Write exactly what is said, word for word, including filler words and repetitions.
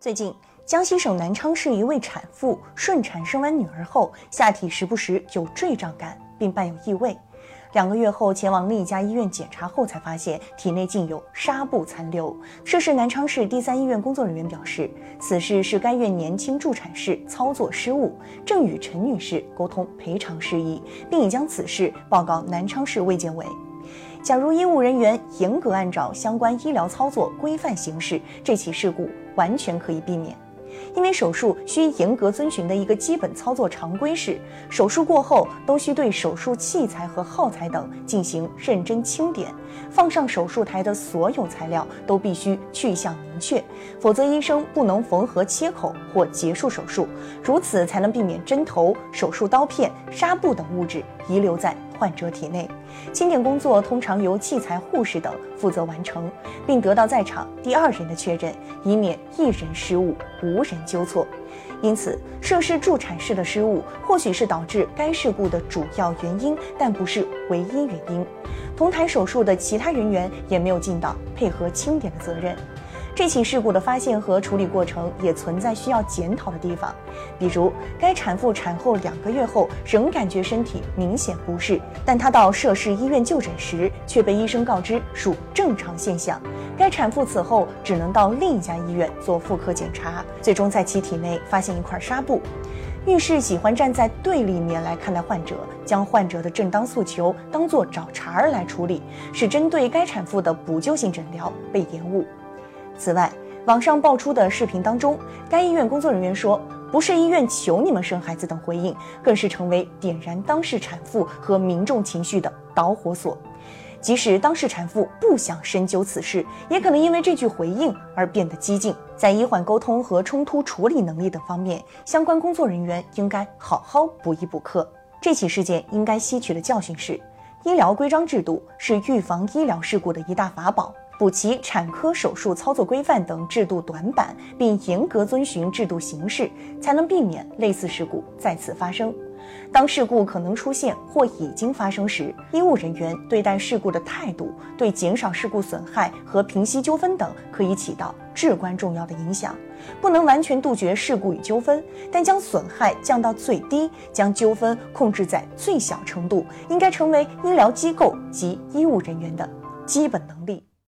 最近，江西省南昌市一位产妇顺产生完女儿后，下体时不时有坠胀感，并伴有异味。两个月后前往另一家医院检查后，才发现体内竟有纱布残留。涉事南昌市第三医院工作人员表示，此事是该院年轻助产士操作失误，正与陈女士沟通赔偿事宜，并已将此事报告南昌市卫健委。假如医务人员严格按照相关医疗操作规范行事，这起事故完全可以避免。因为手术需严格遵循的一个基本操作常规是，手术过后都需对手术器材和耗材等进行认真清点，放上手术台的所有材料都必须去向明确，否则医生不能缝合切口或结束手术，如此才能避免针头、手术刀片、纱布等物质遗留在患者体内。清点工作通常由器材护士等负责完成，并得到在场第二人的确认，以免一人失误，无人纠错。因此，涉事助产士的失误或许是导致该事故的主要原因，但不是唯一原因。同台手术的其他人员也没有尽到配合清点的责任。这起事故的发现和处理过程也存在需要检讨的地方，比如该产妇产后两个月后仍感觉身体明显不适，但她到涉事医院就诊时却被医生告知属正常现象。该产妇此后只能到另一家医院做妇科检查，最终在其体内发现一块纱布。遇事喜欢站在对立面来看待患者，将患者的正当诉求当作找茬儿来处理，使针对该产妇的补救性诊疗被延误。此外，网上爆出的视频当中，该医院工作人员说，不是医院求你们生孩子等回应，更是成为点燃当事产妇和民众情绪的导火索。即使当事产妇不想深究此事，也可能因为这句回应而变得激进。在医患沟通和冲突处理能力等方面，相关工作人员应该好好补一补课。这起事件应该吸取的教训是，医疗规章制度是预防医疗事故的一大法宝，补齐产科手术操作规范等制度短板，并严格遵循制度形式，才能避免类似事故再次发生。当事故可能出现或已经发生时，医务人员对待事故的态度对减少事故损害和平息纠纷等可以起到至关重要的影响。不能完全杜绝事故与纠纷，但将损害降到最低，将纠纷控制在最小程度，应该成为医疗机构及医务人员的基本能力。